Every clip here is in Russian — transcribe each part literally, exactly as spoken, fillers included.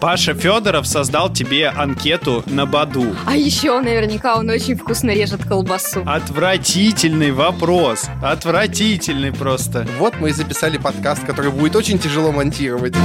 Паша Федоров создал тебе анкету на Баду. А еще наверняка он очень вкусно режет колбасу. Отвратительный вопрос. Отвратительный просто. Вот мы и записали подкаст, который будет очень тяжело монтировать.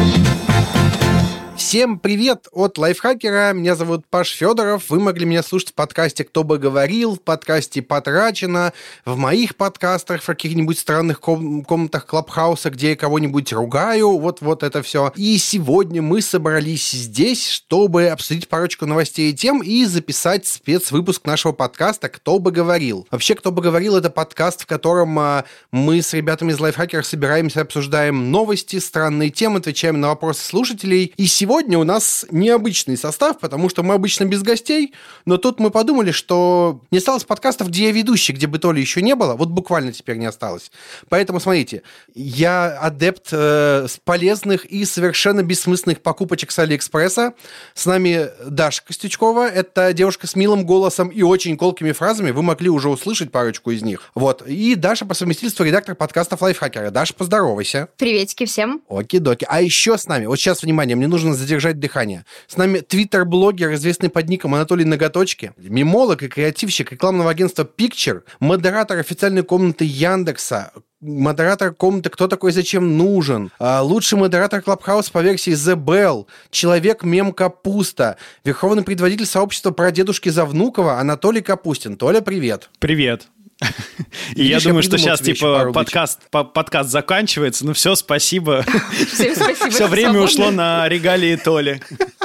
Всем привет от Лайфхакера. Меня зовут Паш Федоров. Вы могли меня слушать в подкасте «Кто бы говорил», в подкасте «Потрачено», в моих подкастах, в каких-нибудь странных ком- комнатах Клабхауса, где я кого-нибудь ругаю. Вот, вот это все. И сегодня мы собрались здесь, чтобы обсудить парочку новостей и тем и записать спецвыпуск нашего подкаста «Кто бы говорил». Вообще, «Кто бы говорил» — это подкаст, в котором а, мы с ребятами из Лайфхакера собираемся, обсуждаем новости, странные темы, отвечаем на вопросы слушателей. И сегодня Сегодня у нас необычный состав, потому что мы обычно без гостей, но тут мы подумали, что не осталось подкастов, где я ведущий, где бы то ли еще не было, вот буквально теперь не осталось. Поэтому, смотрите, я адепт э, полезных и совершенно бессмысленных покупочек с Алиэкспресса. С нами Даша Костючкова, это девушка с милым голосом и очень колкими фразами, вы могли уже услышать парочку из них. Вот. И Даша по совместительству редактор подкастов Лайфхакера. Даша, поздоровайся. Приветики всем. Оки-доки. А еще с нами, вот сейчас, внимание, мне нужно задержать дыхание. С нами твиттер-блогер, известный под ником Анатолий Ноготочки, мемолог и креативщик рекламного агентства Picture, модератор официальной комнаты Яндекса, модератор комнаты «Кто такой, зачем нужен?», лучший модератор Клабхаус по версии The Bell, человек-мем Капуста, верховный предводитель сообщества прадедушки Завнукова Анатолий Капустин. Толя, привет. Привет. И Видишь, я думаю, я что сейчас типа подкаст, по, подкаст заканчивается. Ну все, спасибо. Всем спасибо. Все время ушло на регалии Толи.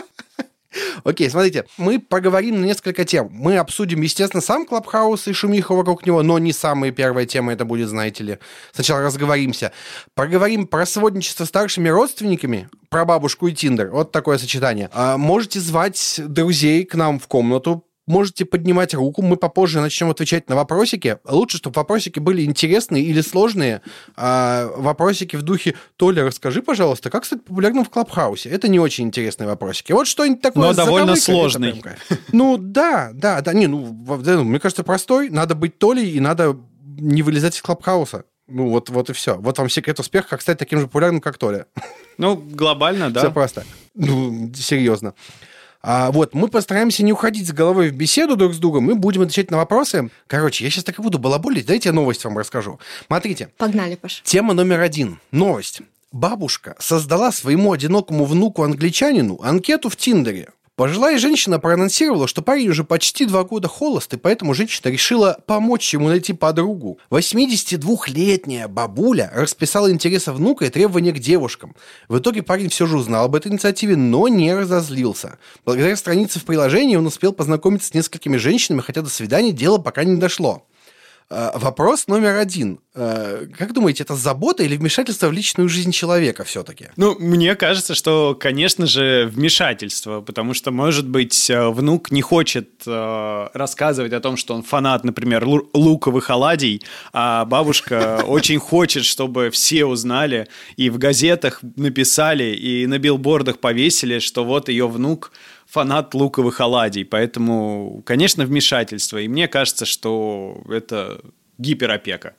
Окей, смотрите, мы поговорим на несколько тем. Мы обсудим, естественно, сам Клабхаус и шумиху вокруг него, но не самая первая тема это будет, знаете ли. Сначала разговоримся. Поговорим про сводничество с старшими родственниками, про бабушку и Тиндер. Вот такое сочетание. А можете звать друзей к нам в комнату. Можете поднимать руку, мы попозже начнем отвечать на вопросики. Лучше, чтобы вопросики были интересные или сложные. А вопросики в духе «Толя, расскажи, пожалуйста, как стать популярным в Клабхаусе?» Это не очень интересные вопросики. Вот что-нибудь такое. Но довольно сложный. Ну да, да, да. Не, ну, мне кажется, простой. Надо быть Толей и надо не вылезать из Клабхауса. Ну вот, вот и все. Вот вам секрет успеха, как стать таким же популярным, как Толя. Ну, глобально, да. Все просто. Ну, серьезно. А, вот, мы постараемся не уходить с головой в беседу друг с другом, мы будем отвечать на вопросы. Короче, я сейчас так и буду балаболить, дайте я новость вам расскажу. Смотрите. Погнали, Паш. Тема номер один. Новость. Бабушка создала своему одинокому внуку-англичанину анкету в Тиндере. Пожилая женщина проанонсировала, что парень уже почти два года холост, и поэтому женщина решила помочь ему найти подругу. восьмидесятидвухлетняя бабуля расписала интересы внука и требования к девушкам. В итоге парень все же узнал об этой инициативе, но не разозлился. Благодаря странице в приложении он успел познакомиться с несколькими женщинами, хотя до свидания дело пока не дошло. Вопрос номер один. Как думаете, это забота или вмешательство в личную жизнь человека все-таки? Ну, мне кажется, что, конечно же, вмешательство, потому что, может быть, внук не хочет э, рассказывать о том, что он фанат, например, лу- луковых оладий, а бабушка очень хочет, чтобы все узнали, и в газетах написали, и на билбордах повесили, что вот ее внук фанат луковых оладий, поэтому, конечно, вмешательство, и мне кажется, что это гиперопека.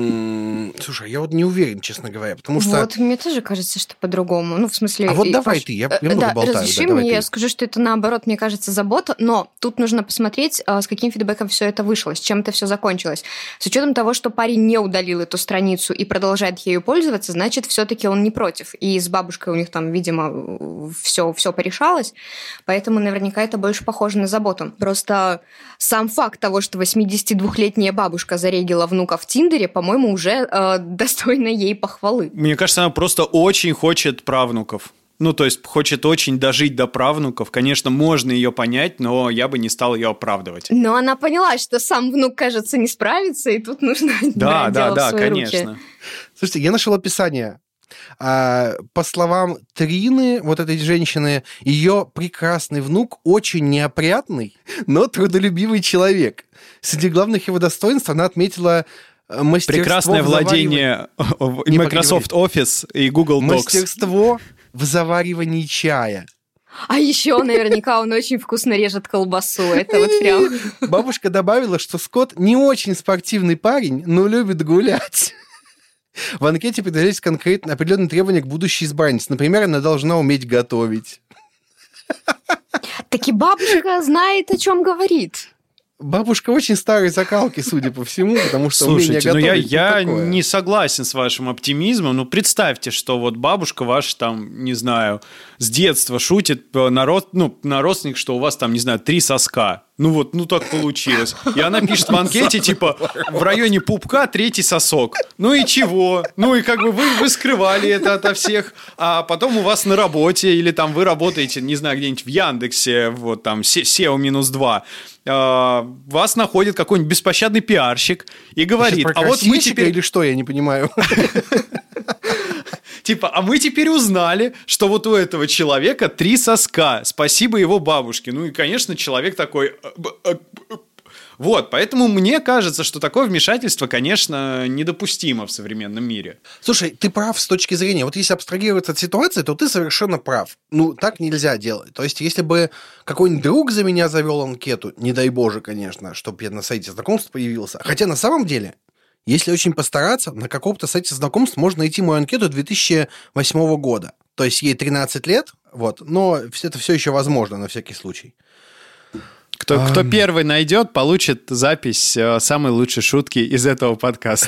Mm, слушай, я вот не уверен, честно говоря, потому что... Вот, мне тоже кажется, что по-другому. Ну, в смысле... А вот и, давай Паш, ты, я, я много да, болтаю. Разреши да, мне, ты. я скажу, что это, наоборот, мне кажется, забота, но тут нужно посмотреть, с каким фидбэком все это вышло, с чем это все закончилось. С учетом того, что парень не удалил эту страницу и продолжает ею пользоваться, значит, все-таки он не против. И с бабушкой у них там, видимо, все, все порешалось, поэтому наверняка это больше похоже на заботу. Просто сам факт того, что восьмидесятидвухлетняя бабушка зарегила внука в Тиндере, по-моему, уже э, достойно ей похвалы. Мне кажется, она просто очень хочет правнуков. Ну, то есть, хочет очень дожить до правнуков. Конечно, можно ее понять, но я бы не стал ее оправдывать. Но она поняла, что сам внук, кажется, не справится, и тут нужно да, брать да, дело да, в свои конечно. руки. Слушайте, я нашел описание. По словам Трины, вот этой женщины, ее прекрасный внук очень неопрятный, но трудолюбивый человек. Среди главных его достоинств она отметила мастерство прекрасное владение Не, Microsoft Office и Google Docs. Мастерство в заваривании чая. А еще наверняка он очень вкусно режет колбасу. Это вот прям... Бабушка добавила, что Скотт не очень спортивный парень, но любит гулять. В анкете предложились конкретно определенные требования к будущей избраннице. Например, она должна уметь готовить. Таки бабушка знает, о чем говорит. Бабушка очень старой закалки, судя по всему, потому что умение Слушайте, ну готовить... я, я такое. не согласен с вашим оптимизмом. Ну, представьте, что вот бабушка ваша там, не знаю, с детства шутит на, род, ну, на родственник, что у вас там, не знаю, три соска. Ну вот, ну так получилось. И она пишет в анкете, типа, в районе пупка третий сосок. Ну и чего? Ну и как бы вы, вы скрывали это ото всех, а потом у вас на работе, или там вы работаете, не знаю, где-нибудь в Яндексе, вот там, сео минус два, вас находит какой-нибудь беспощадный пиарщик и говорит, а вот мы теперь... Или что, я не понимаю. Типа, а мы теперь узнали, что вот у этого человека три соска. Спасибо его бабушке. Ну и, конечно, человек такой... Вот, поэтому мне кажется, что такое вмешательство, конечно, недопустимо в современном мире. Слушай, ты прав с точки зрения... Вот если абстрагироваться от ситуации, то ты совершенно прав. Ну, так нельзя делать. То есть, если бы какой-нибудь друг за меня завел анкету, не дай боже, конечно, чтобы я на сайте знакомств появился. Хотя на самом деле... Если очень постараться, на каком-то сайте знакомств можно найти мою анкету две тысячи восьмого года. То есть ей тринадцать лет, вот, но это все еще возможно на всякий случай. Кто, а... кто первый найдет, получит запись э, самой лучшей шутки из этого подкаста.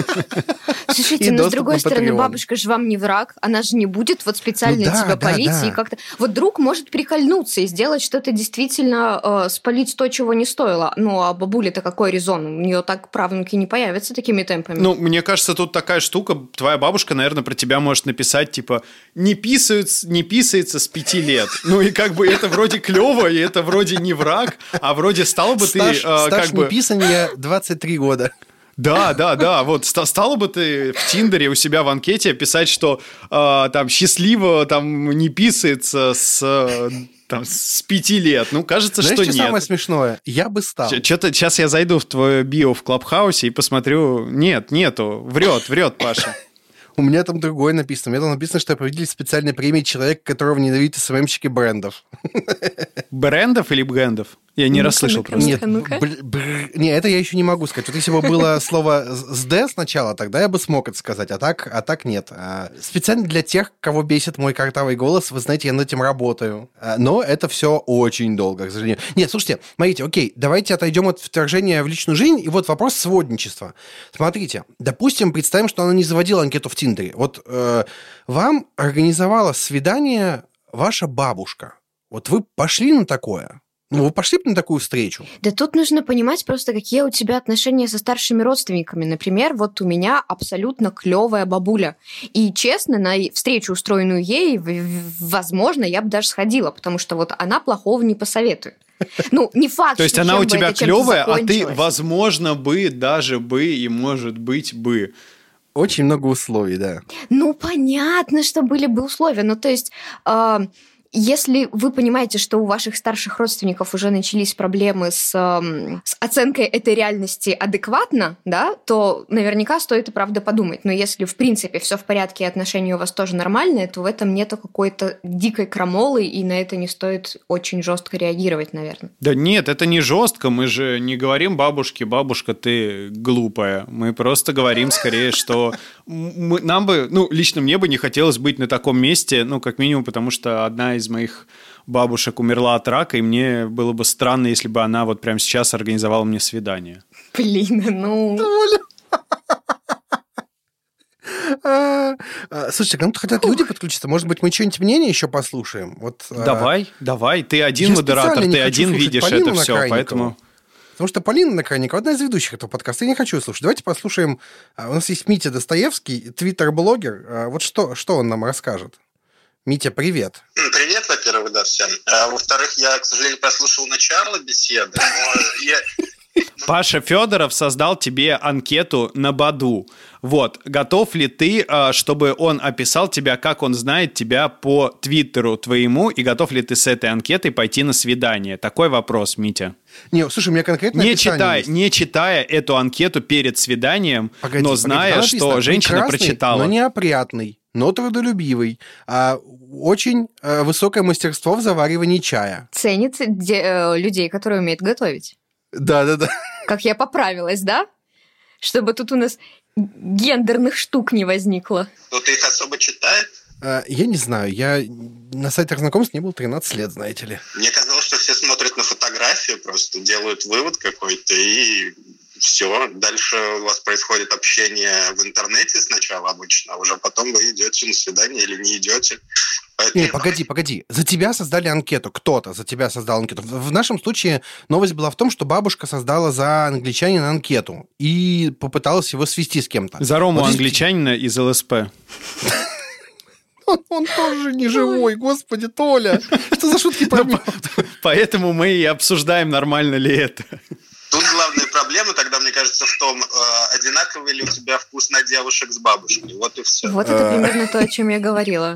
Слушайте, но с другой стороны, бабушка же вам не враг, она же не будет вот специально ну, да, тебя да, палить да. и как-то... Вот друг может прикольнуться и сделать что-то действительно, э, спалить то, чего не стоило. Ну, а бабуле-то какой резон? У нее так правнуки не появятся такими темпами. Ну, мне кажется, тут такая штука, твоя бабушка, наверное, про тебя может написать, типа, не писается, не писается с пяти лет. Ну, и как бы это вроде клево, и это вроде не враг, а вроде стало бы стаж, ты... Э, стаж как бы... неписания двадцать три года. Да, да, да, вот стало бы ты в Тиндере у себя в анкете писать, что э, там счастливо там не писается с, там, с пяти лет. Ну, кажется, Знаешь, что, что нет. самое смешное? Я бы стал. Что-то сейчас я зайду в твое био в Клабхаусе и посмотрю. Нет, нету. Врет, врет, Паша. У меня там другое написано. У меня там написано, что я победитель специальной премии человек, которого ненавидят эс эм эм-щики брендов. Брендов или брендов? Я не ну-ка, расслышал ну-ка, просто. Нет, ну-ка. Бр- бр- не, это я еще не могу сказать. Вот если бы было слово с «д» сначала, тогда я бы смог это сказать, а так, а так нет. А специально для тех, кого бесит мой картавый голос, вы знаете, я над этим работаю. А, но это все очень долго, к сожалению. Нет, слушайте, смотрите, окей, давайте отойдем от вторжения в личную жизнь, и вот вопрос сводничества. Смотрите, допустим, представим, что она не заводила анкету в Тиндере. Вот э, вам организовала свидание ваша бабушка. Вот вы пошли на такое? Ну, вы пошли бы на такую встречу? Да тут нужно понимать просто, какие у тебя отношения со старшими родственниками. Например, вот у меня абсолютно клевая бабуля. И, честно, на встречу, устроенную ей, возможно, я бы даже сходила, потому что вот она плохого не посоветует. Ну, не факт, То есть что она у тебя клевая, а ты, закончилось. возможно, бы, даже бы и, может быть, бы. Очень много условий, да. Ну, понятно, что были бы условия. Ну, то есть... Э- Если вы понимаете, что у ваших старших родственников уже начались проблемы с, с оценкой этой реальности адекватно, да, то наверняка стоит и правда подумать. Но если, в принципе, все в порядке и отношения у вас тоже нормальные, то в этом нету какой-то дикой крамолы, и на это не стоит очень жестко реагировать, наверное. Да нет, это не жестко. Мы же не говорим бабушке: бабушка, ты глупая. Мы просто говорим скорее, что мы, нам бы, ну, лично мне бы не хотелось быть на таком месте, ну, как минимум, потому что одна из из моих бабушек умерла от рака, и мне было бы странно, если бы она вот прямо сейчас организовала мне свидание. Блин, ну... Слушайте, к нам хотят люди подключиться. Может быть, мы что-нибудь мнение еще послушаем? Вот, давай, давай. Ты один модератор, ты один видишь это все, поэтому... Потому что Полина Накранникова, одна из ведущих этого подкаста, я не хочу ее слушать. Давайте послушаем. У нас есть Митя Достоевский, твиттер-блогер. Вот что, что он нам расскажет? Митя, привет. Привет, во-первых, да, всем. А, во-вторых, я, к сожалению, прослушал начало беседы, но я... Паша Федоров создал тебе анкету на Баду. Вот, готов ли ты, чтобы он описал тебя, как он знает тебя по твиттеру твоему, и готов ли ты с этой анкетой пойти на свидание? Такой вопрос, Митя. Не, слушай, у меня конкретно не читай, не читая эту анкету перед свиданием, погоди, но зная, погоди, что женщина прочитала. Но неопрятный, но трудолюбивый, а очень а, высокое мастерство в заваривании чая. Ценит де- людей, которые умеют готовить. Да-да-да. Как я поправилась, да? Чтобы тут у нас гендерных штук не возникло. Ну, ты их особо читаешь? А, я не знаю, я на сайтах знакомств не был тринадцать лет, знаете ли. Мне казалось, что фотографию, просто делают вывод какой-то, и все. Дальше у вас происходит общение в интернете сначала обычно, а уже потом вы идете на свидание или не идете. Не, погоди, погоди. За тебя создали анкету. Кто-то за тебя создал анкету. В нашем случае новость была в том, что бабушка создала за англичанина анкету и попыталась его свести с кем-то. За Рому вот англичанина из эл эс пэ. Он, он тоже не живой, господи, Толя. Что за шутки про меня? Поэтому мы и обсуждаем, нормально ли это. Тут главная проблема тогда, мне кажется, в том, э, одинаковый ли у тебя вкус на девушек с бабушкой. Вот и все. Вот это примерно то, о чем я говорила.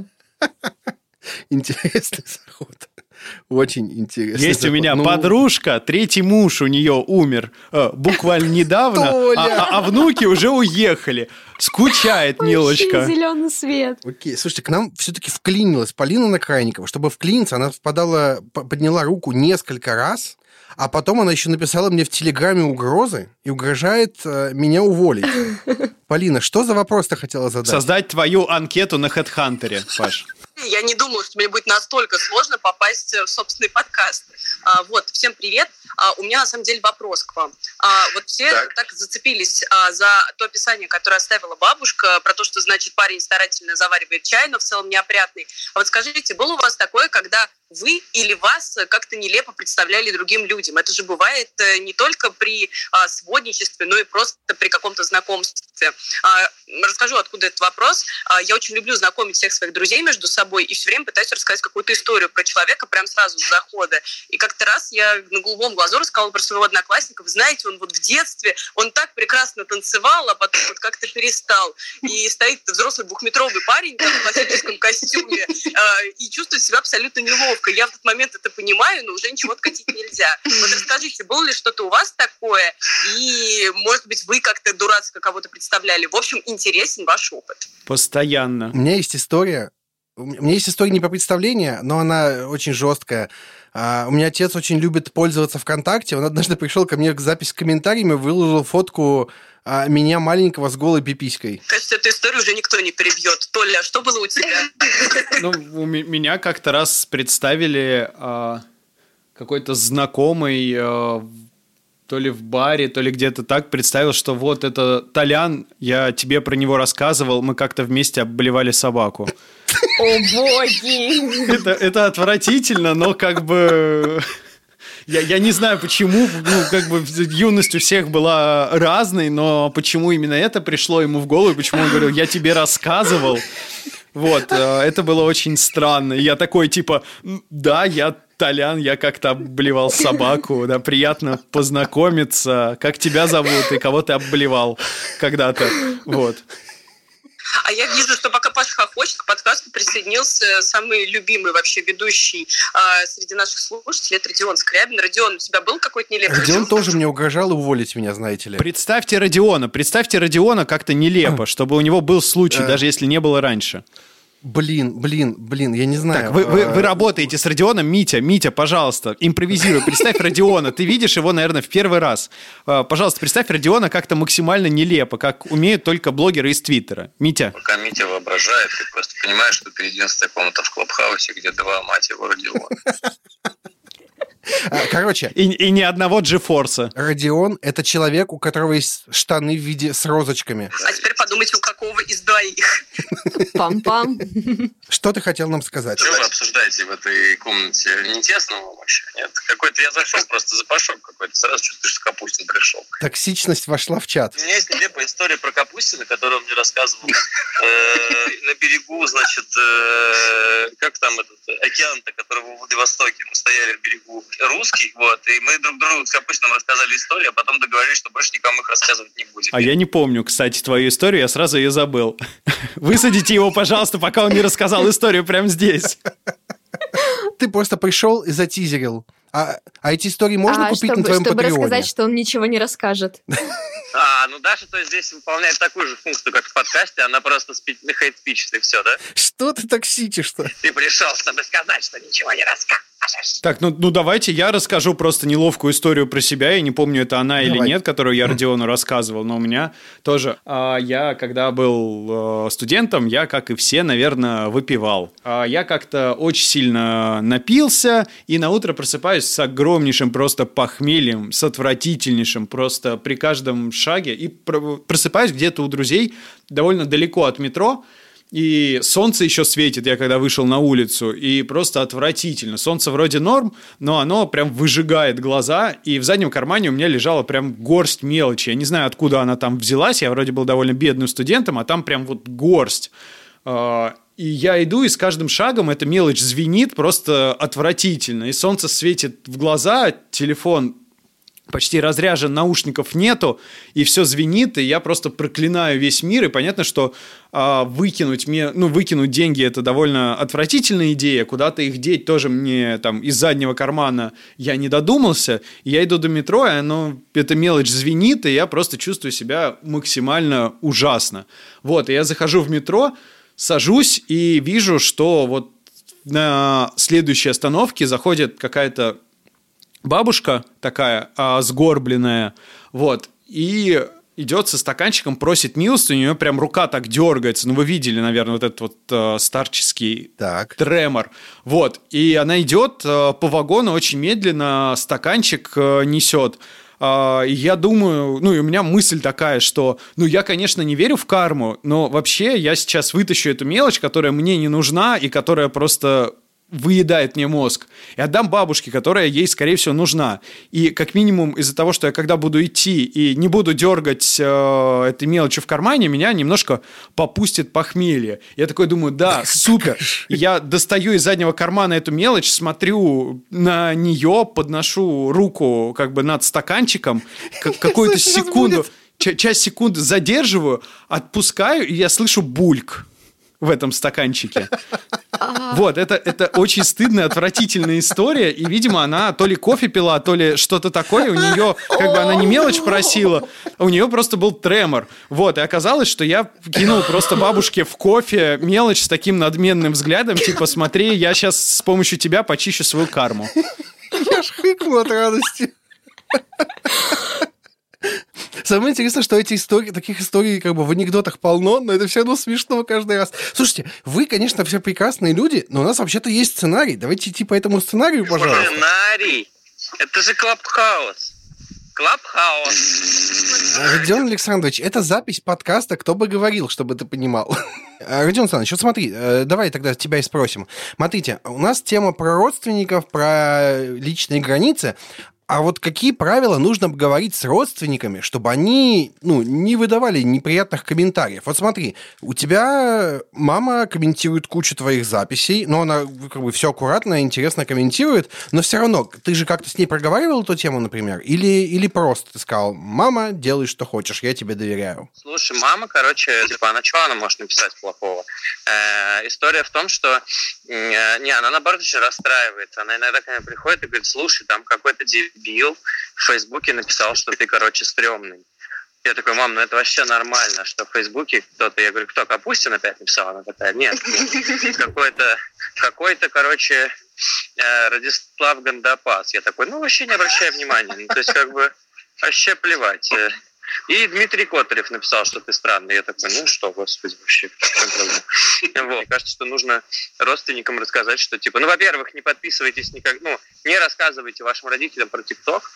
Интересный заход. Очень интересный Есть заход. у меня ну... подружка, третий муж у нее умер э, буквально недавно, а, а, а внуки уже уехали. Скучает милочка. Вообще зеленый свет. Окей, слушайте, к нам все-таки вклинилась Полина Накрайникова. Чтобы вклиниться, она впадала, подняла руку несколько раз, а потом она еще написала мне в Телеграме угрозы и угрожает э, меня уволить. Полина, что за вопрос ты хотела задать? Создать твою анкету на HeadHunter, Паш. Я не думала, что мне будет настолько сложно попасть в собственный подкаст. А, вот, всем привет. А, у меня, на самом деле, вопрос к вам. А, вот все так, так зацепились а, за то описание, которое оставила бабушка, про то, что, значит, парень старательно заваривает чай, но в целом неопрятный. А вот скажите, было у вас такое, когда вы или вас как-то нелепо представляли другим людям? Это же бывает не только при а, сводничестве, но и просто при каком-то знакомстве. А, расскажу, откуда этот вопрос. А, я очень люблю знакомить всех своих друзей между собой и все время пытаюсь рассказать какую-то историю про человека прям сразу с захода. И как-то раз я на голубом глазу рассказала про своего одноклассника. Вы знаете, он вот в детстве, он так прекрасно танцевал, а потом вот как-то перестал. И стоит взрослый двухметровый парень там, в классическом костюме а, и чувствует себя абсолютно неловко. Я в тот момент это понимаю, но уже ничего откатить нельзя. Вот расскажите, было ли что-то у вас такое? И, может быть, вы как-то дурацко кого-то представляли? В общем, интересен ваш опыт. Постоянно. У меня есть история. У меня есть история не про представление, но она очень жесткая. Uh, у меня отец очень любит пользоваться ВКонтакте. Он однажды пришел ко мне к записи с комментариями, выложил фотку uh, меня маленького с голой пиписькой. Кажется, эту историю уже никто не перебьет. Толя, что было у тебя? Ну, у меня как-то раз представили э, какой-то знакомый, э, то ли в баре, то ли где-то так, представил, что вот это Толян, я тебе про него рассказывал, мы как-то вместе обблевали собаку. О, боги! Это, это отвратительно, но как бы... Я, я не знаю, почему, ну, как бы юность у всех была разной, но почему именно это пришло ему в голову, почему он говорил, я тебе рассказывал. Вот, это было очень странно. Я такой, типа, да, я Толян, я как-то обблевал собаку, да, приятно познакомиться, как тебя зовут и кого ты обблевал когда-то, вот. А я вижу, что пока Паша хохочет, к подкасту присоединился самый любимый вообще ведущий а, среди наших слушателей, это Родион Скрябин. Родион, у тебя был какой-то нелепый... Родион тоже мне угрожал уволить меня, знаете ли. Представьте Родиона, представьте Родиона как-то нелепо, чтобы у него был случай, даже если не было раньше. Блин, блин, блин, я не знаю. Так, вы, вы, вы работаете с Родионом. Митя, Митя, пожалуйста, импровизируй. Представь Родиона. Ты видишь его, наверное, в первый раз. Пожалуйста, представь Родиона как-то максимально нелепо, как умеют только блогеры из Твиттера. Митя. Пока Митя воображает, ты просто понимаешь, что это единственная комната в Клабхаусе, где два мать его Родиона. Короче. И, и ни одного джифорса. Родион – это человек, у которого есть штаны в виде с розочками. А теперь подумайте, у какого из двоих. Пам-пам. Что ты хотел нам сказать? Что вы обсуждаете в этой комнате? Не тесно вам вообще? Нет? Какой-то я зашел, просто запашок какой-то. Сразу чувствуешь, что Капустин пришел. Токсичность вошла в чат. У меня есть нелепая история про Капустина, которую он мне рассказывал. На берегу, значит, как там этот океан-то, которого в Владивостоке. Мы стояли в берегу русский, вот, и мы друг другу с Капустиным рассказали историю, а потом договорились, что больше никому их рассказывать не будем. А я не помню, кстати, твою историю, я сразу ее забыл. Высадите его, пожалуйста, пока он не рассказал историю прямо здесь. Ты просто пришел и затизерил. А, а эти истории можно а, купить чтобы, на твоем чтобы Патреоне? Чтобы рассказать, что он ничего не расскажет. А, ну Даша, то есть здесь выполняет такую же функцию, как в подкасте, она просто спи- хейт-спичит и все, да? Что ты токсичишь-то? Ты пришел, чтобы сказать, что ничего не рассказывал. Так, ну, ну давайте я расскажу просто неловкую историю про себя. Я не помню, это она Давай. или нет, которую я Родиону рассказывал, но у меня тоже. А, я, когда был а, студентом, я, как и все, наверное, выпивал. А, я как-то очень сильно напился, и наутро просыпаюсь с огромнейшим просто похмельем, с отвратительнейшим просто при каждом шаге. И просыпаюсь где-то у друзей довольно далеко от метро. И солнце еще светит, я когда вышел на улицу, и просто отвратительно. Солнце вроде норм, но оно прям выжигает глаза, и в заднем кармане у меня лежала прям горсть мелочи. Я не знаю, откуда она там взялась, я вроде был довольно бедным студентом, а там прям вот горсть. И я иду, и с каждым шагом эта мелочь звенит просто отвратительно. И солнце светит в глаза, телефон почти разряжен, наушников нету, и все звенит, и я просто проклинаю весь мир, и понятно, что а, выкинуть, мне, ну, выкинуть деньги – это довольно отвратительная идея, куда-то их деть тоже мне там из заднего кармана я не додумался, и я иду до метро, и оно, эта мелочь звенит, и я просто чувствую себя максимально ужасно. Вот, и я захожу в метро, сажусь и вижу, что вот на следующей остановке заходит какая-то бабушка такая, а, сгорбленная, вот, и идет со стаканчиком, просит милостыню, у нее прям рука так дергается, ну, вы видели, наверное, вот этот вот э, старческий так. тремор, вот, и она идет э, по вагону очень медленно, стаканчик э, несет, э, и я думаю, ну, и у меня мысль такая, что, ну, я, конечно, не верю в карму, но вообще я сейчас вытащу эту мелочь, которая мне не нужна и которая просто выедает мне мозг, и отдам бабушке, которая ей, скорее всего, нужна. И как минимум из-за того, что я когда буду идти и не буду дергать э, этой мелочи в кармане, меня немножко попустит похмелье. Я такой думаю, да, супер. И я достаю из заднего кармана эту мелочь, смотрю на нее, подношу руку как бы над стаканчиком, какую-то секунду, часть секунды задерживаю, отпускаю, и я слышу бульк в этом стаканчике. Вот, это, это очень стыдная, отвратительная история, и, видимо, она то ли кофе пила, то ли что-то такое, у нее, как бы, она не мелочь просила, а у нее просто был тремор. Вот, и оказалось, что я кинул просто бабушке в кофе мелочь с таким надменным взглядом, типа, смотри, я сейчас с помощью тебя почищу свою карму. Я ж хыкнул от радости. Самое интересное, что эти истории, таких историй как бы в анекдотах полно, но это все равно смешно каждый раз. Слушайте, вы, конечно, все прекрасные люди, но у нас вообще-то есть сценарий. Давайте идти по этому сценарию, пожалуйста. Сценарий? Это же Клабхаус. Клабхаус. Родион Александрович, это запись подкаста «Кто бы говорил», чтобы ты понимал. Родион Александрович, вот смотри, давай тогда тебя и спросим. Смотрите, у нас тема про родственников, про личные границы. А вот какие правила нужно говорить с родственниками, чтобы они, ну, не выдавали неприятных комментариев? Вот смотри, у тебя мама комментирует кучу твоих записей, но она как бы все аккуратно, интересно комментирует, но все равно, ты же как-то с ней проговаривал эту тему, например? Или, или просто ты сказал, мама, делай, что хочешь, я тебе доверяю? Слушай, мама, короче, типа, она что она может написать плохого? Э, история в том, что, э, не, она наоборот еще расстраивается. Она иногда ко мне приходит и говорит, слушай, там какой-то дебил в Фейсбуке написал, что ты, короче, стрёмный. Я такой, мам, ну это вообще нормально, что в Фейсбуке кто-то... Я говорю, кто, Капустин опять написал? Она такая, нет, какой-то, какой-то, короче, Радислав Гандапас. Я такой, ну вообще не обращай внимания. Ну, то есть, как бы, вообще плевать. И Дмитрий Котарев написал, что ты странный. Я такой, ну что, господи, вообще, в чем проблема? Вот. Мне кажется, что нужно родственникам рассказать, что, типа, ну, во-первых, не подписывайтесь никак, ну, не рассказывайте вашим родителям про ТикТок.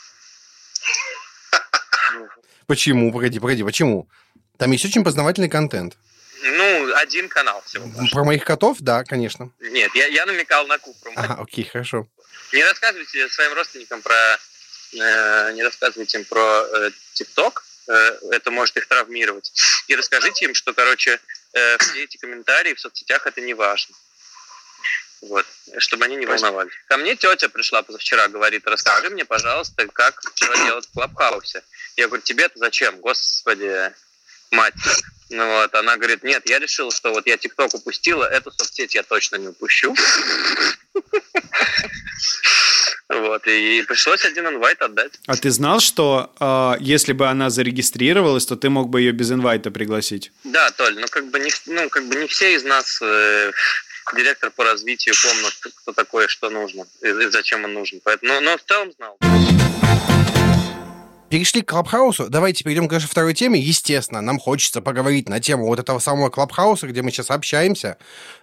Почему? Погоди, погоди, почему? Там есть очень познавательный контент. Ну, один канал всего. Про моих котов? Да, конечно. Нет, я, я намекал на Купру. Ага, окей, хорошо. Не рассказывайте своим родственникам про... Э, не рассказывайте им про э, ТикТок. Это может их травмировать. И расскажите им, что, короче, э, все эти комментарии в соцсетях это не важно. Вот. Чтобы они не волновались. Ко мне тетя пришла позавчера, говорит, расскажи мне, пожалуйста, как что делать в Клабхаусе. Я говорю, тебе-то зачем? Господи, мать. Ну вот, она говорит, нет, я решила, что вот я ТикТок упустила, эту соцсеть я точно не упущу. Вот, и пришлось один инвайт отдать. А ты знал, что э, если бы она зарегистрировалась, то ты мог бы ее без инвайта пригласить? Да, Толь, ну как бы не, ну, как бы не все из нас э, директор по развитию комнат, кто такой, что нужно, и, и зачем он нужен. Поэтому, но, но в целом знал. Перешли к Клабхаусу. Давайте перейдем к нашей второй теме. Естественно, нам хочется поговорить на тему вот этого самого Клабхауса, где мы сейчас общаемся,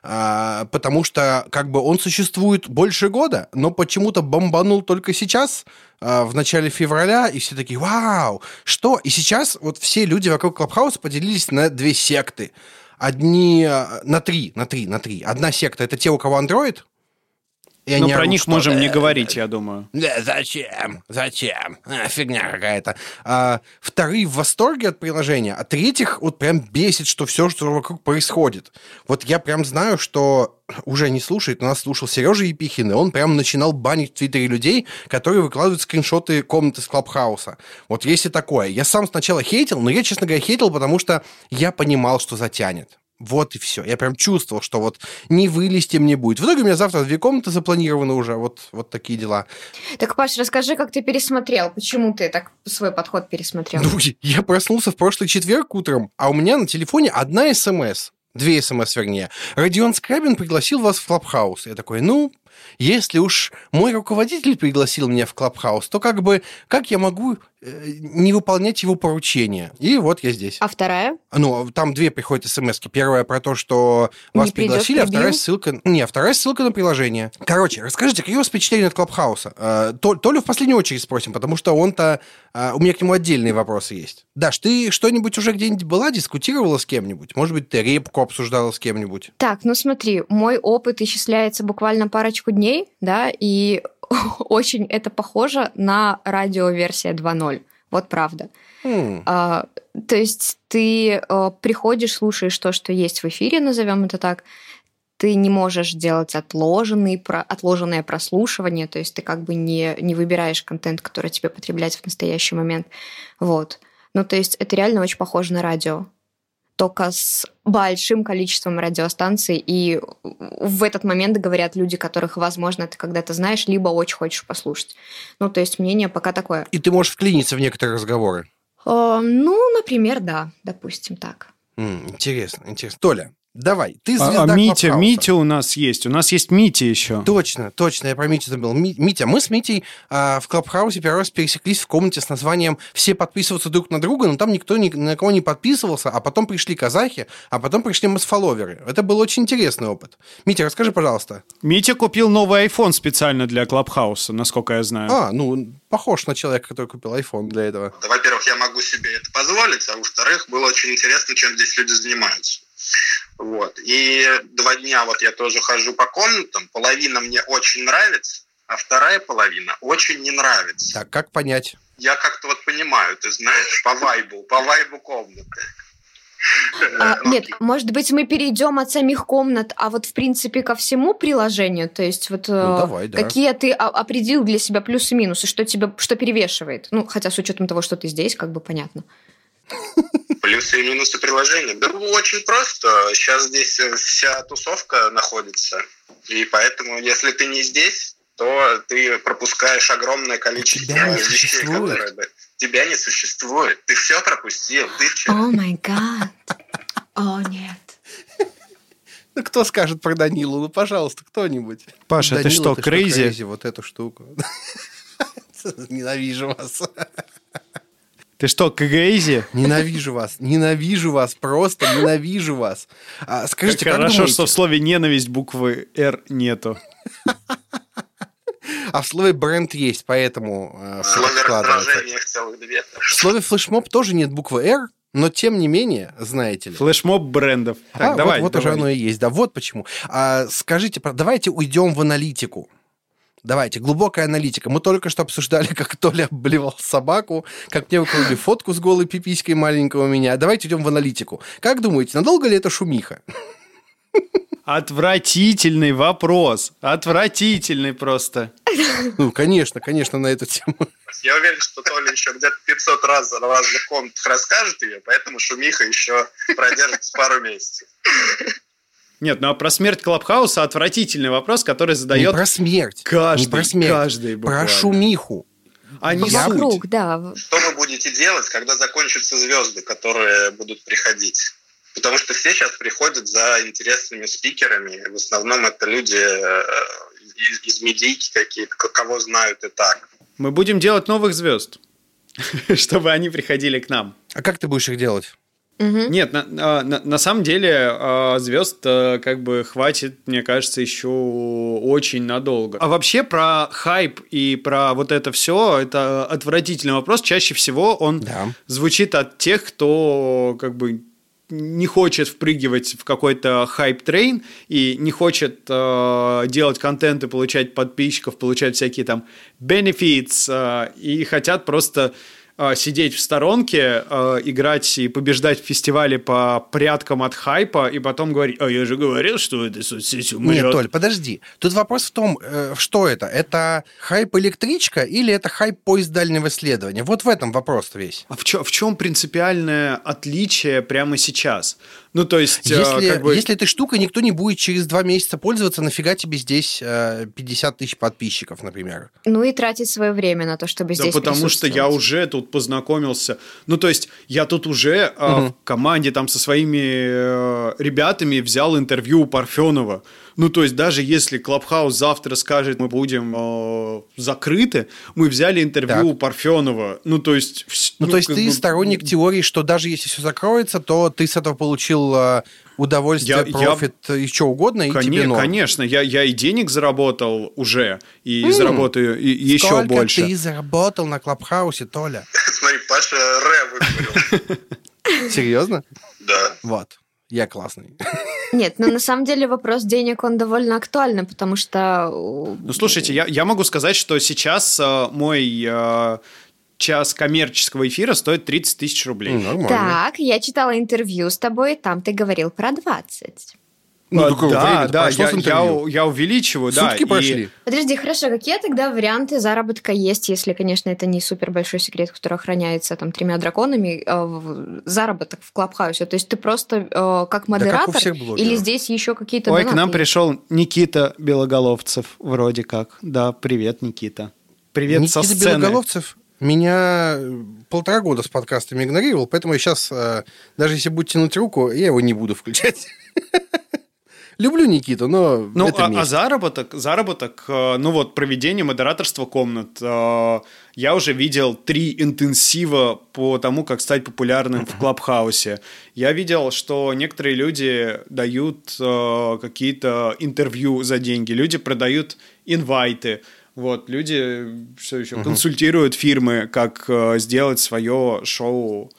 потому что как бы он существует больше года, но почему-то бомбанул только сейчас, в начале февраля, и все такие: вау, что? И сейчас вот все люди вокруг Клабхауса поделились на две секты. Одни на три, на три, на три. Одна секта — это те, у кого Android. Но про орут, них что... можем не говорить, я думаю. Да, зачем? Зачем? А, фигня какая-то. А, вторые в восторге от приложения, а третьих вот прям бесит, что все, что вокруг происходит. Вот я прям знаю, что уже не слушает, но нас слушал Сережа Епихин, и он прям начинал банить в Твиттере людей, которые выкладывают скриншоты комнаты с Клабхауса. Вот есть и такое. Я сам сначала хейтил, но я, честно говоря, хейтил, потому что я понимал, что затянет. Вот и все. Я прям чувствовал, что вот не вылезти мне будет. В итоге у меня завтра две комнаты запланированы уже. Вот, вот такие дела. Так, Паш, расскажи, как ты пересмотрел. Почему ты так свой подход пересмотрел? Ну, я проснулся в прошлый четверг утром, а у меня на телефоне одна смс. Две смс, вернее. Родион Скрабин пригласил вас в Клабхаус. Я такой, ну, если уж мой руководитель пригласил меня в Клабхаус, то как бы, как я могу э, не выполнять его поручения? И вот я здесь. А вторая? Ну, там две приходят смс-ки. Первая про то, что вас не пригласили, а вторая ссылка... Не, вторая ссылка на приложение. Короче, расскажите, какие у вас впечатления от Клабхауса? Э, Толю в последнюю очередь спросим, потому что он-то... Э, у меня к нему отдельные вопросы есть. Даш, ты что-нибудь уже где-нибудь была, дискутировала с кем-нибудь? Может быть, ты репку обсуждала с кем-нибудь? Так, ну смотри, мой опыт исчисляется буквально парочку дней, да, и очень это похоже на радиоверсия два ноль. Вот правда. Mm. А, то есть ты а, приходишь, слушаешь то, что есть в эфире, назовем это так, ты не можешь делать отложенный, про, отложенное прослушивание, то есть ты как бы не, не выбираешь контент, который тебе потреблять в настоящий момент. Вот. Ну, то есть это реально очень похоже на радио. Только с большим количеством радиостанций, и в этот момент говорят люди, которых, возможно, ты когда-то знаешь, либо очень хочешь послушать. Ну, то есть мнение пока такое. И ты можешь вклиниться в некоторые разговоры? Э, ну, например, да, допустим, так. М, интересно, интересно. Толя, давай, ты звезда А, а Митя, Клабхауса. Митя у нас есть. У нас есть Митя еще. Точно, точно, я про Митю забыл. Ми- Митя, мы с Митей а, в Клабхаусе первый раз пересеклись в комнате с названием «Все подписываются друг на друга», но там никто ни на кого не подписывался, а потом пришли казахи, а потом пришли мосфоловеры. Это был очень интересный опыт. Митя, расскажи, пожалуйста. Митя купил новый iPhone специально для Клабхауса, насколько я знаю. А, ну, похож на человека, который купил iPhone для этого. Во-первых, я могу себе это позволить, а во-вторых, было очень интересно, чем здесь люди занимаются. Вот. И два дня вот я тоже хожу по комнатам. Половина мне очень нравится, а вторая половина очень не нравится. Так, как понять? Я как-то вот понимаю, ты знаешь, по вайбу, по вайбу комнаты. А, нет, может быть, мы перейдем от самих комнат, а вот в принципе ко всему приложению, то есть вот ну, давай, да. какие ты определил для себя плюсы и минусы, что тебя, что перевешивает? Ну, хотя с учетом того, что ты здесь, как бы понятно. Плюсы и минусы приложения? Да очень просто. Сейчас здесь вся тусовка находится, и поэтому, если ты не здесь, то ты пропускаешь огромное количество вещей, которые... Тебя не существует. Ты все пропустил. Ты вчера... О май гад. О, нет. Ну, кто скажет про Данилу? Ну, пожалуйста, кто-нибудь. Паша, Данила, ты что, крейзи? Крейзи, вот эту штуку. Ненавижу вас. Ты что, крейзи? Ненавижу вас. Ненавижу вас. Просто ненавижу вас. А, скажите, как Хорошо, думаете? что в слове «ненависть» буквы «Р» нету. А в слове «бренд» есть, поэтому э, в слове раздражения целых две. В слове «флешмоб» тоже нет буквы «Р», но тем не менее, знаете ли. Флешмоб брендов. Так, а, давай, вот, вот давай. уже оно и есть. Да, вот почему. А, скажите, давайте уйдем в аналитику. Давайте, глубокая аналитика. Мы только что обсуждали, как Толя обливал собаку, как мне выкладывали фотку с голой пиписькой маленького у меня. Давайте идем в аналитику. Как думаете, надолго ли это шумиха? Отвратительный вопрос. Отвратительный просто. Ну, конечно, конечно, на эту тему. Я уверен, что Толя еще где-то пятьсот раз в разных комнатах расскажет ее, поэтому шумиха еще продержится пару месяцев. Нет, ну а про смерть Клабхауса отвратительный вопрос, который задает... Не про смерть. Каждый, не про смерть. Каждый буквально. Про шумиху. А не Вокруг, суть. да. Что вы будете делать, когда закончатся звезды, которые будут приходить? Потому что все сейчас приходят за интересными спикерами. В основном это люди из, из медийки какие-то, кого знают и так. Мы будем делать новых звезд, чтобы они приходили к нам. А как ты будешь их делать? Угу. Нет, на, на, на самом деле звезд как бы хватит, мне кажется, еще очень надолго. А вообще про хайп и про вот это все, это отвратительный вопрос. Чаще всего он да. звучит от тех, кто как бы не хочет впрыгивать в какой-то хайп-трейн и не хочет э, делать контент и получать подписчиков, получать всякие там benefits, э, и хотят просто э, сидеть в сторонке, э, играть и побеждать в фестивале по пряткам от хайпа, и потом говорить: а я же говорил, что эта соцсеть умрет. Нет, Толь, подожди. Тут вопрос в том, э, что это? Это хайп-электричка или это хайп-поезд дальнего исследования? Вот в этом вопрос весь. А в, чё, в чем принципиальное отличие прямо сейчас? Ну, то есть... Если, как бы... если этой штукой никто не будет через два месяца пользоваться, нафига тебе здесь э, пятьдесят тысяч подписчиков, например? Ну и тратить свое время на то, чтобы да здесь потому что я уже тут познакомился. Ну, то есть я тут уже э, угу. в команде там со своими э, ребятами взял интервью у Парфенова. Ну, то есть даже если Клабхаус завтра скажет, мы будем э, закрыты, мы взяли интервью так. у Парфенова. Ну, то есть... Ну, ну то есть как ты бы... сторонник теории, что даже если все закроется, то ты с этого получил э, удовольствие, я, профит я... и что угодно, и Кон- тебе норм. Конечно, я, я и денег заработал уже, и mm. заработаю и, и еще Сколько больше. Сколько ты заработал на Клабхаусе, Толя? Смотри, Паша ре выговорил. Серьезно? Да. Вот. Я классный. Нет, но на самом деле вопрос денег, он довольно актуальный, потому что... Ну, слушайте, я, я могу сказать, что сейчас э, мой э, час коммерческого эфира стоит тридцать тысяч рублей. Нормально. Так, я читала интервью с тобой, там ты говорил про двадцать. Ну, а, такое да, да, я, я, я увеличиваю, Сутки да. прошли. И... Подожди, хорошо, какие тогда варианты заработка есть, если, конечно, это не супер большой секрет, который охраняется там тремя драконами, э, заработок в Клабхаусе? То есть ты просто э, как модератор, да, как или здесь еще какие-то Ой, донаты? к нам пришел Никита Белоголовцев, вроде как. Да, привет, Никита. Привет Никита со сцены. Белоголовцев меня полтора года с подкастами игнорировал, поэтому я сейчас, э, даже если будет тянуть руку, я его не буду включать. Люблю Никиту, но ну, это а, а заработок, заработок, ну вот, проведение модераторства комнат. Я уже видел три интенсива по тому, как стать популярным в Клабхаусе. Я видел, что некоторые люди дают какие-то интервью за деньги, люди продают инвайты. Вот, люди все еще uh-huh. консультируют фирмы, как сделать свое шоу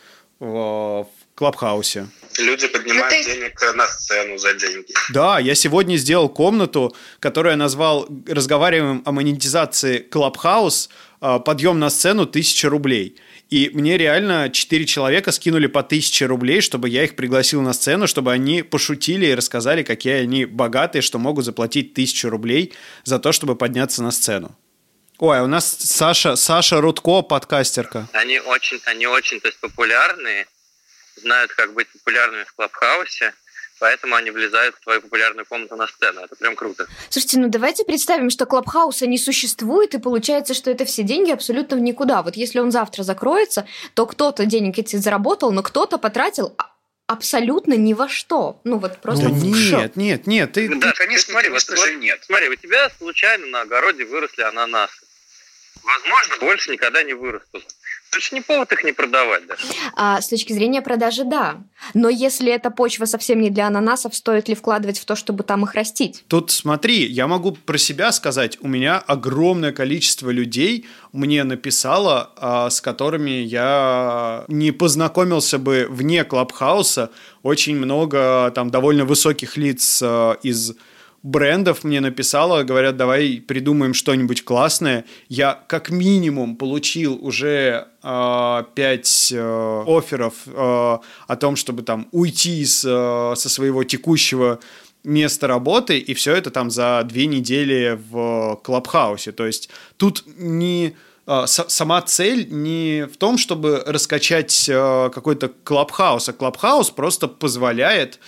в Клабхаусе. Люди поднимают ну, ты... денег на сцену за деньги. Да, я сегодня сделал комнату, которую я назвал «Разговариваем о монетизации Клабхаус», подъем на сцену тысяча рублей. И мне реально четыре человека скинули по тысяче рублей, чтобы я их пригласил на сцену, чтобы они пошутили и рассказали, какие они богатые, что могут заплатить тысячу рублей за то, чтобы подняться на сцену. Ой, а у нас Саша, Саша Рудко, подкастерка. Они очень, они очень, то есть популярные, знают, как быть популярными в Клабхаусе, поэтому они влезают в твою популярную комнату на сцену. Это прям круто. Слушайте, ну давайте представим, что Клабхауса не существует, и получается, что это все деньги абсолютно в никуда. Вот если он завтра закроется, то кто-то денег эти заработал, но кто-то потратил абсолютно ни во что. Ну вот просто... Ну, нет, нет, нет. Ты, да, ты... конечно, смотри, конечно вот, же нет. Смотри, у тебя случайно на огороде выросли ананасы. Возможно, больше никогда не вырастут. Это же не повод их не продавать даже. А, с точки зрения продажи, да. Но если эта почва совсем не для ананасов, стоит ли вкладывать в то, чтобы там их растить? Тут смотри, я могу про себя сказать. У меня огромное количество людей мне написало, а, с которыми я не познакомился бы вне Клабхауса. Очень много там довольно высоких лиц а, из... брендов мне написало, говорят, давай придумаем что-нибудь классное. Я как минимум получил уже э, пять э, офферов э, о том, чтобы там уйти с, э, со своего текущего места работы, и все это там за две недели в Клабхаусе. То есть тут не... Сама цель не в том, чтобы раскачать э, какой-то Клабхаус, а Клабхаус просто позволяет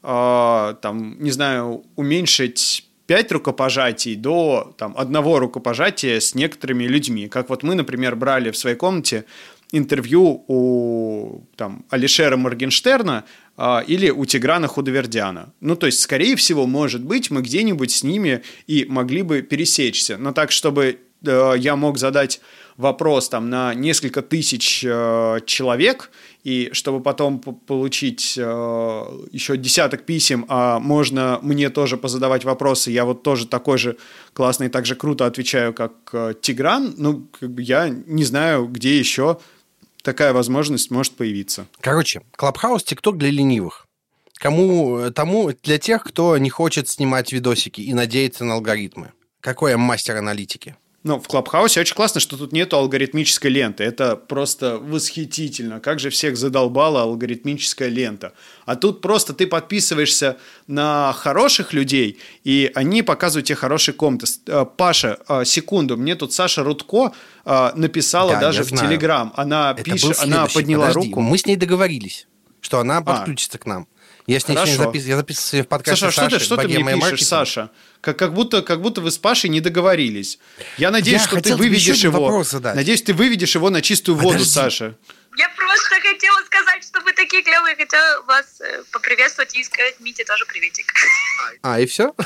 там, не знаю, уменьшить пять рукопожатий до там, одного рукопожатия с некоторыми людьми. Как вот мы, например, брали в своей комнате интервью у там, Алишера Моргенштерна, или у Тиграна Худовердяна. Ну, то есть, скорее всего, может быть, мы где-нибудь с ними и могли бы пересечься. Но так, чтобы я мог задать вопрос там на несколько тысяч э, человек, и чтобы потом получить э, еще десяток писем, а можно мне тоже позадавать вопросы, я вот тоже такой же классный, так же круто отвечаю, как э, Тигран, ну, как бы я не знаю, где еще такая возможность может появиться. Короче, Клабхаус, ТикТок для ленивых. Кому, тому, для тех, кто не хочет снимать видосики и надеяться на алгоритмы. Какой я мастер аналитики. Ну, в Клабхаусе очень классно, что тут нету алгоритмической ленты. Это просто восхитительно. Как же всех задолбала алгоритмическая лента. А тут просто ты подписываешься на хороших людей, и они показывают тебе хороший контент. Паша, секунду, мне тут Саша Рудко написала да, даже в Телеграм. Она Это пишет, она подняла Подожди, руку. Мы с ней договорились, что она подключится а. к нам. Я с ней запис... я записываю в подкасте Саша, Саши, что ты, что ты мне пишешь, маркетинг. Саша? Как, как, будто, как будто вы с Пашей не договорились. Я надеюсь, я что ты выведешь его. Надеюсь, ты выведешь его на чистую воду, Подожди. Саша. Я просто хотела сказать, что вы такие клевые, хотела вас поприветствовать и сказать Мите тоже приветик. А, и все?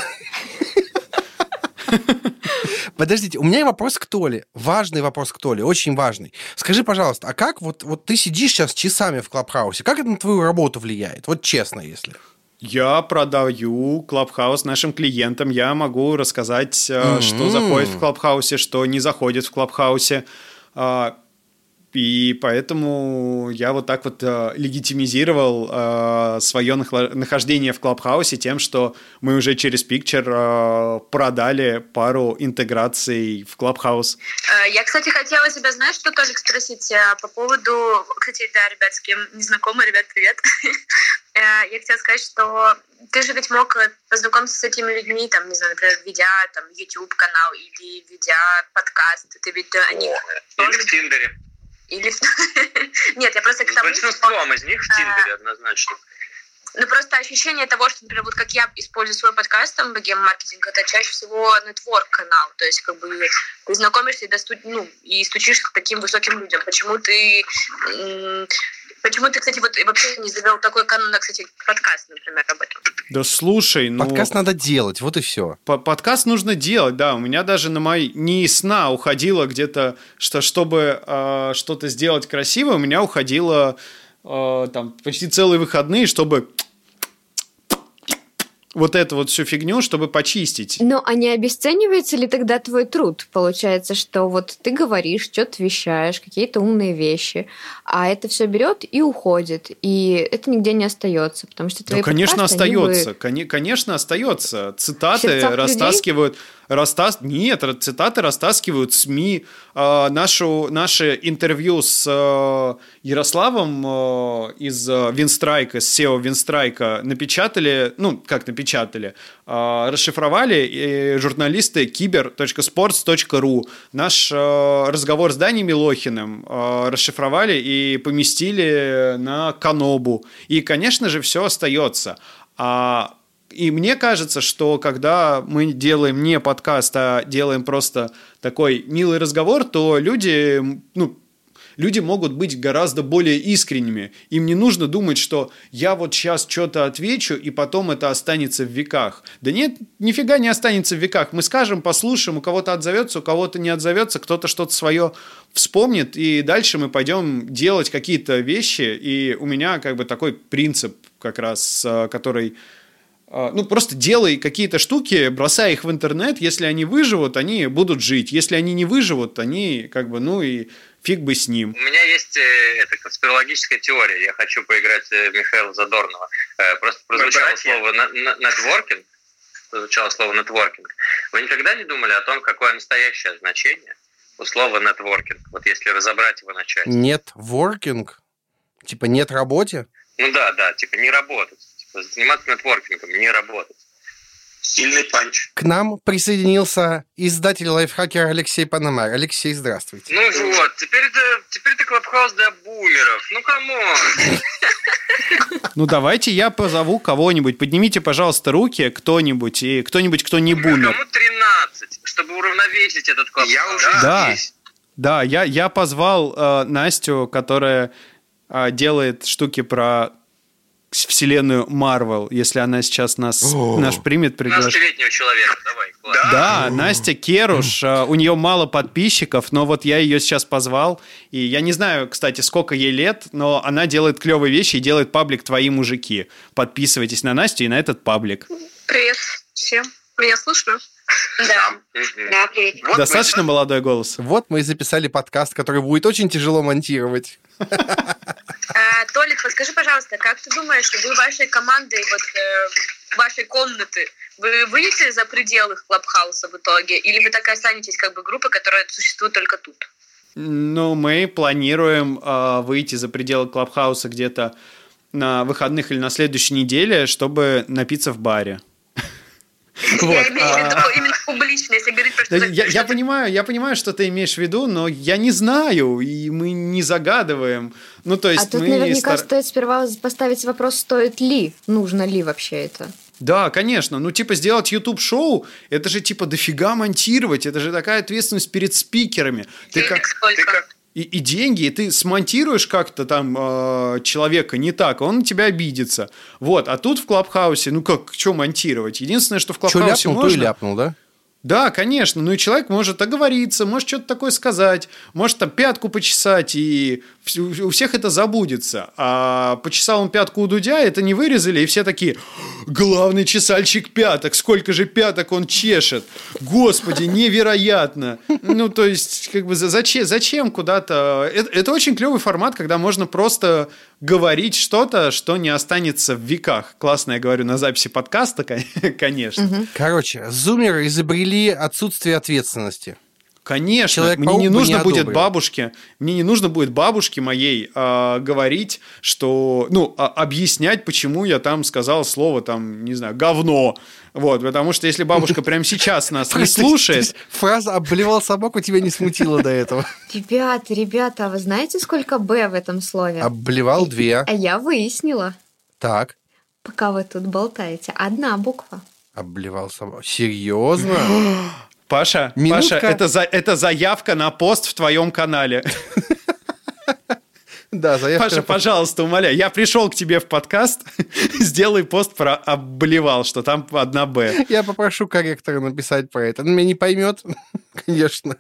Подождите, у меня вопрос к Толе. Важный вопрос к Толе, очень важный. Скажи, пожалуйста, а как вот, вот ты сидишь сейчас часами в Клабхаусе, как это на твою работу влияет? Вот честно, если... Я продаю Клабхаус нашим клиентам. Я могу рассказать, mm-hmm. что заходит в Клабхаусе, что не заходит в Клабхаусе. И поэтому я вот так вот э, легитимизировал э, свое нахождение в Клабхаусе тем, что мы уже через Picture э, продали пару интеграций в Клабхаус. Я, кстати, хотела тебя, знаешь, что тоже спросить по поводу... Кстати, да, ребят, с кем не знакомы, ребят, привет. Я хотела сказать, что ты же ведь мог познакомиться с этими людьми, там, не знаю, например, ведя там YouTube-канал или ведя подкаст. Ты ведь о них... Или в Тиндере. Или... Нет, я просто к тому, большинством из них в Тиндере однозначно. Ну, просто ощущение того, что, например, вот как я использую свой подкаст, там, богем-маркетинг, это чаще всего нетворк-канал. То есть, как бы, ты знакомишься и, досту... ну, и стучишься к таким высоким людям. Почему ты... Почему ты, кстати, вот вообще не завел такой канал, кстати, подкаст, например, об этом? Да слушай, ну... Подкаст надо делать, вот и все. Подкаст нужно делать, да. У меня даже на мои... Не сна уходило где-то, что чтобы э, что-то сделать красиво, у меня уходило э, там почти целые выходные, чтобы... вот эту вот всю фигню, чтобы почистить. Но а не обесценивается ли тогда твой труд? Получается, что вот ты говоришь, что-то вещаешь, какие-то умные вещи, а это все берет и уходит, и это нигде не остается, потому что твои ну, конечно, подкасты, остается, бы... конечно, остается. Цитаты растаскивают... Растас... Нет, цитаты растаскивают СМИ. Э, нашу, наше интервью с э, Ярославом э, из Винстрайка, с сео Винстрайка напечатали, ну, как напечатали, э, расшифровали и журналисты кибер точка спортс точка ру. Наш э, разговор с Даней Милохиным э, расшифровали и поместили на Канобу. И, конечно же, все остается. А И мне кажется, что когда мы делаем не подкаст, а делаем просто такой милый разговор, то люди, ну, люди могут быть гораздо более искренними. Им не нужно думать, что я вот сейчас что-то отвечу, и потом это останется в веках. Да нет, нифига не останется в веках. Мы скажем, послушаем, у кого-то отзовется, у кого-то не отзовется, кто-то что-то свое вспомнит, и дальше мы пойдем делать какие-то вещи. И у меня как бы такой принцип как раз, который... Ну, просто делай какие-то штуки, бросай их в интернет. Если они выживут, они будут жить. Если они не выживут, они как бы, ну и фиг бы с ним. У меня есть э, эта конспирологическая теория. Я хочу поиграть в Михаила Задорнова. Э, просто прозвучало слово «нетворкинг». Прозвучало слово «нетворкинг». Вы никогда не думали о том, какое настоящее значение у слова «нетворкинг»? Вот если разобрать его на части. Нетворкинг? Типа нет работе? Ну да, да, типа не работать. Заниматься нетворкингом, не работать. Сильный панч. К нам присоединился издатель лайфхакера Алексей Пономарь. Алексей, здравствуйте. Ну вот, теперь это, теперь это Клабхаус для бумеров. Ну, камон. Ну, давайте я позову кого-нибудь. Поднимите, пожалуйста, руки кто-нибудь, и кто-нибудь, кто не бумер. Кому тринадцать, чтобы уравновесить этот Клабхаус. Я уже да, здесь. Да, я, я позвал э, Настю, которая э, делает штуки про... вселенную Марвел, если она сейчас нас, наш примет, приглашает. двенадцатилетнего человека, давай. Да, да, Настя Керуш, у нее мало подписчиков, но вот я ее сейчас позвал, и я не знаю, кстати, сколько ей лет, но она делает клевые вещи и делает паблик «Твои мужики». Подписывайтесь на Настю и на этот паблик. Привет всем. Меня слышно? Да. Да, привет. Вот достаточно мы... молодой голос? Вот мы и записали подкаст, который будет очень тяжело монтировать. Толик, подскажи, пожалуйста, как ты думаешь, вы вашей командой, вот вашей комнаты, вы выйдете за пределы Клабхауса в итоге? Или вы так и останетесь как бы группой, которая существует только тут? Ну, мы планируем э, выйти за пределы Клабхауса где-то на выходных или на следующей неделе, чтобы напиться в баре. Вот. Я имею в виду а... именно публично, если говорить про что-то. Я, я, понимаю, я понимаю, что ты имеешь в виду, но я не знаю, и мы не загадываем. Ну, то есть а тут мы наверняка стар... стоит сперва поставить вопрос, стоит ли, нужно ли вообще это. Да, конечно. Ну, типа, сделать YouTube-шоу, это же, типа, дофига монтировать, это же такая ответственность перед спикерами. Ты как... Ты как... И, и деньги, и ты смонтируешь как-то там э, человека не так, он на тебя обидится. Вот, а тут в Клабхаусе, ну как, что монтировать? Единственное, что в Клабхаусе что ляпнул, можно... то и ляпнул, да? Да, конечно, ну и человек может оговориться, может что-то такое сказать, может там пятку почесать, и у всех это забудется. А почесал он пятку у Дудя, это не вырезали, и все такие: главный чесальщик пяток, сколько же пяток он чешет, господи, невероятно. Ну, то есть, как бы зачем, зачем куда-то... Это, это очень клевый формат, когда можно просто говорить что-то, что не останется в веках. Классно я говорю на записи подкаста, конечно. Угу. Короче, зумеры изобрели отсутствие ответственности. Конечно, Человек-паук мне не нужно не будет бабушке, мне не нужно будет бабушке моей э, говорить, что, ну, а, объяснять, почему я там сказал слово, там, не знаю, говно. Вот, потому что если бабушка прямо сейчас нас не слушает... Фраза «обливал собаку» тебя не смутила до этого. Ребята, ребята, а вы знаете, сколько «б» в этом слове? Обливал две. А я выяснила. Так. Пока вы тут болтаете, одна буква. Обливал собаку. Серьезно? Паша, Паша, это, за, это заявка на пост в твоем канале. Да, заявка. Паша, пожалуйста, умоляю, я пришел к тебе в подкаст, сделай пост про «обливал», что там одна «б». Я попрошу корректора написать про это. Он меня не поймет, конечно.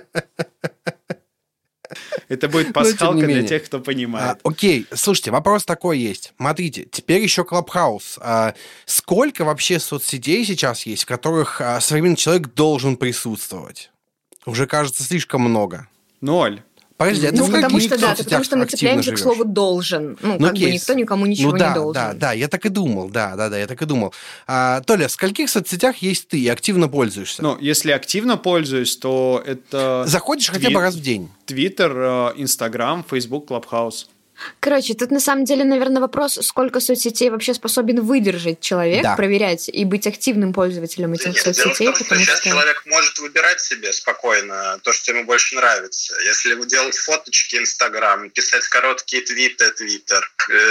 Это будет пасхалка для тех, кто понимает. А, окей, слушайте, вопрос такой есть. Смотрите, теперь еще Клабхаус. А, сколько вообще соцсетей сейчас есть, в которых а, современный человек должен присутствовать? Уже, кажется, слишком много. Ноль. Подожди, это ну, в потому что, да, потому что мы цепляемся живешь? к слову «должен». Ну, ну как бы никто никому ничего ну, да, не должен. Да, да, я так и думал, да, да, да, я так и думал. А, Толя, в скольких соцсетях есть ты и активно пользуешься? Ну, если активно пользуюсь, то это... Заходишь Тви... хотя бы раз в день? Твиттер, Инстаграм, Фейсбук, Клабхаус. Короче, тут на самом деле, наверное, вопрос, сколько соцсетей вообще способен выдержать человек, да. проверять и быть активным пользователем этих Нет, соцсетей. Дело в том, что сейчас что... человек может выбирать себе спокойно то, что ему больше нравится. Если делать фоточки Инстаграм, писать короткие твиты Твиттер,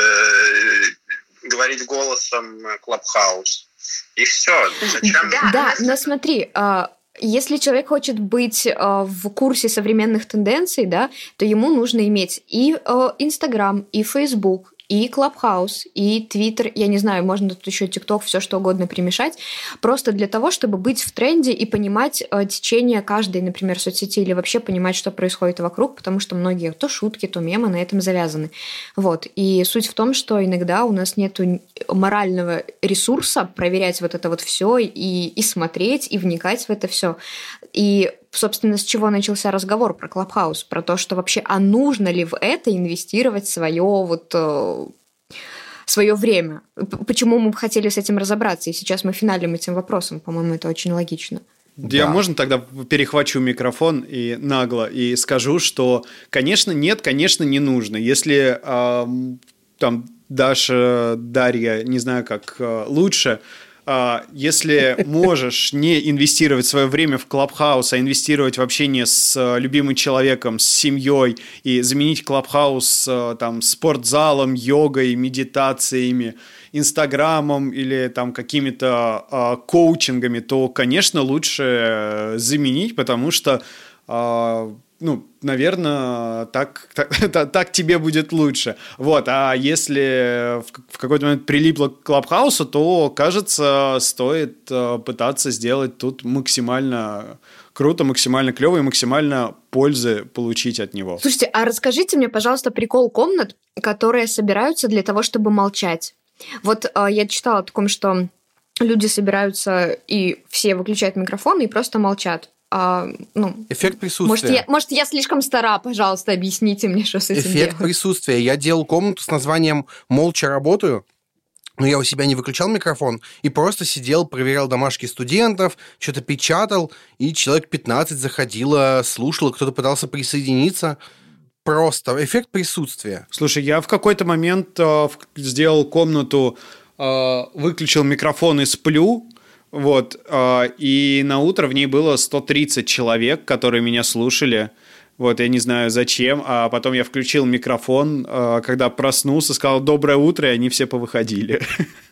э- говорить голосом Клабхаус, и все. Зачем? Да, да, но смотри... Если человек хочет быть э, в курсе современных тенденций, да, то ему нужно иметь и Инстаграм, и Фейсбук, и Клабхаус, и Твиттер, я не знаю, можно тут еще ТикТок, все что угодно перемешать, просто для того, чтобы быть в тренде и понимать э, течение каждой, например, соцсети, или вообще понимать, что происходит вокруг, потому что многие то шутки, то мемы на этом завязаны. Вот. И суть в том, что иногда у нас нет морального ресурса проверять вот это вот все и, и смотреть, и вникать в это все. И собственно, с чего начался разговор про Клабхаус, про то, что вообще, а нужно ли в это инвестировать свое вот э, свое время? Почему мы хотели с этим разобраться? И сейчас мы финалим этим вопросом. По-моему, это очень логично. Я, да. можно тогда перехвачу микрофон и нагло и скажу, что, конечно, нет, конечно, не нужно. Если э, там Даша, Дарья, не знаю, как э, лучше... Если можешь не инвестировать свое время в Клабхаус, а инвестировать в общение с любимым человеком, с семьей и заменить Клабхаус там, спортзалом, йогой, медитациями, Инстаграмом или там, какими-то а, коучингами, то, конечно, лучше заменить, потому что а, ну, наверное, так, так, так тебе будет лучше. Вот, а если в какой-то момент прилипло к Клабхаусу, то, кажется, стоит пытаться сделать тут максимально круто, максимально клево и максимально пользы получить от него. Слушайте, а расскажите мне, пожалуйста, прикол комнат, которые собираются для того, чтобы молчать. Вот э, я читала о таком, что люди собираются и все выключают микрофоны и просто молчат. А, ну, эффект присутствия. Может я, может, я слишком стара, пожалуйста, объясните мне, что с этим Эффект делать. присутствия. Я делал комнату с названием «Молча работаю». Но я у себя не выключал микрофон и просто сидел, проверял домашки студентов, что-то печатал, и человек пятнадцать заходило, слушало, кто-то пытался присоединиться. Просто эффект присутствия. Слушай, я в какой-то момент э, сделал комнату, э, выключил микрофон и сплю, вот, э, и на утро в ней было сто тридцать человек, которые меня слушали. Вот, я не знаю зачем, а потом я включил микрофон, когда проснулся, сказал «доброе утро», и они все повыходили.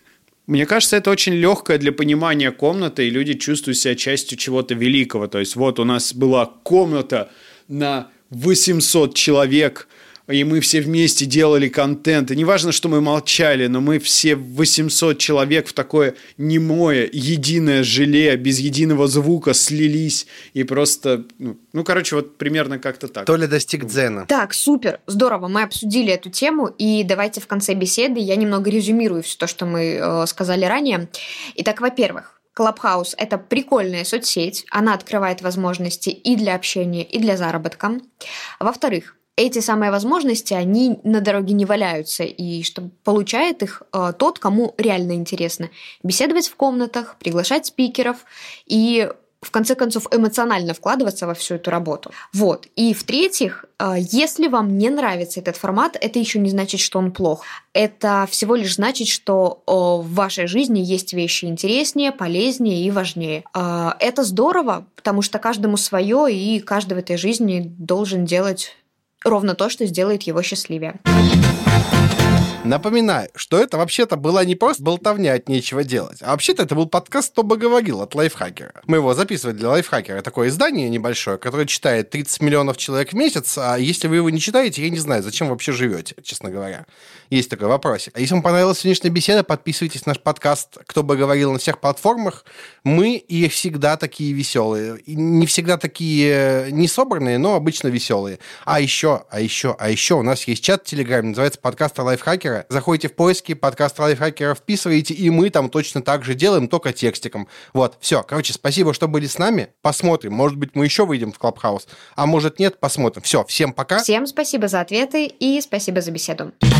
Мне кажется, это очень легкая для понимания комната, и люди чувствуют себя частью чего-то великого. То есть вот у нас была комната на восемьсот человек, и мы все вместе делали контент. И не важно, что мы молчали, но мы все восемьсот человек в такое немое, единое желе, без единого звука слились. И просто, ну, ну короче, вот примерно как-то так. Толя достиг дзена. Так, супер, здорово, мы обсудили эту тему, и давайте в конце беседы я немного резюмирую все то, что мы э, сказали ранее. Итак, во-первых, Clubhouse – это прикольная соцсеть, она открывает возможности и для общения, и для заработка. Во-вторых, эти самые возможности, они на дороге не валяются, и что получает их э, тот, кому реально интересно. Беседовать в комнатах, приглашать спикеров и, в конце концов, эмоционально вкладываться во всю эту работу. Вот. И в-третьих, э, если вам не нравится этот формат, это еще не значит, что он плох. Это всего лишь значит, что э, в вашей жизни есть вещи интереснее, полезнее и важнее. Э, это здорово, потому что каждому свое, и каждый в этой жизни должен делать ровно то, что сделает его счастливее. Напоминаю, что это вообще-то была не просто болтовня от нечего делать, а вообще-то это был подкаст «Кто бы говорил» от Лайфхакера. Мы его записывали для Лайфхакера. Такое издание небольшое, которое читает тридцать миллионов человек в месяц, а если вы его не читаете, я не знаю, зачем вы вообще живете, честно говоря. Есть такой вопросик. А если вам понравилась сегодняшняя беседа, подписывайтесь на наш подкаст «Кто бы говорил» на всех платформах. Мы и всегда такие веселые. И не всегда такие не собранные, но обычно веселые. А еще, а еще, а еще у нас есть чат в Телеграме, называется «Подкаст Лайфхакера». Заходите в поиски, подкаст Лайфхакера вписываете, и мы там точно так же делаем, только текстиком. Вот, все. Короче, спасибо, что были с нами. Посмотрим. Может быть, мы еще выйдем в Клабхаус. А может, нет, посмотрим. Все, всем пока. Всем спасибо за ответы и спасибо за беседу.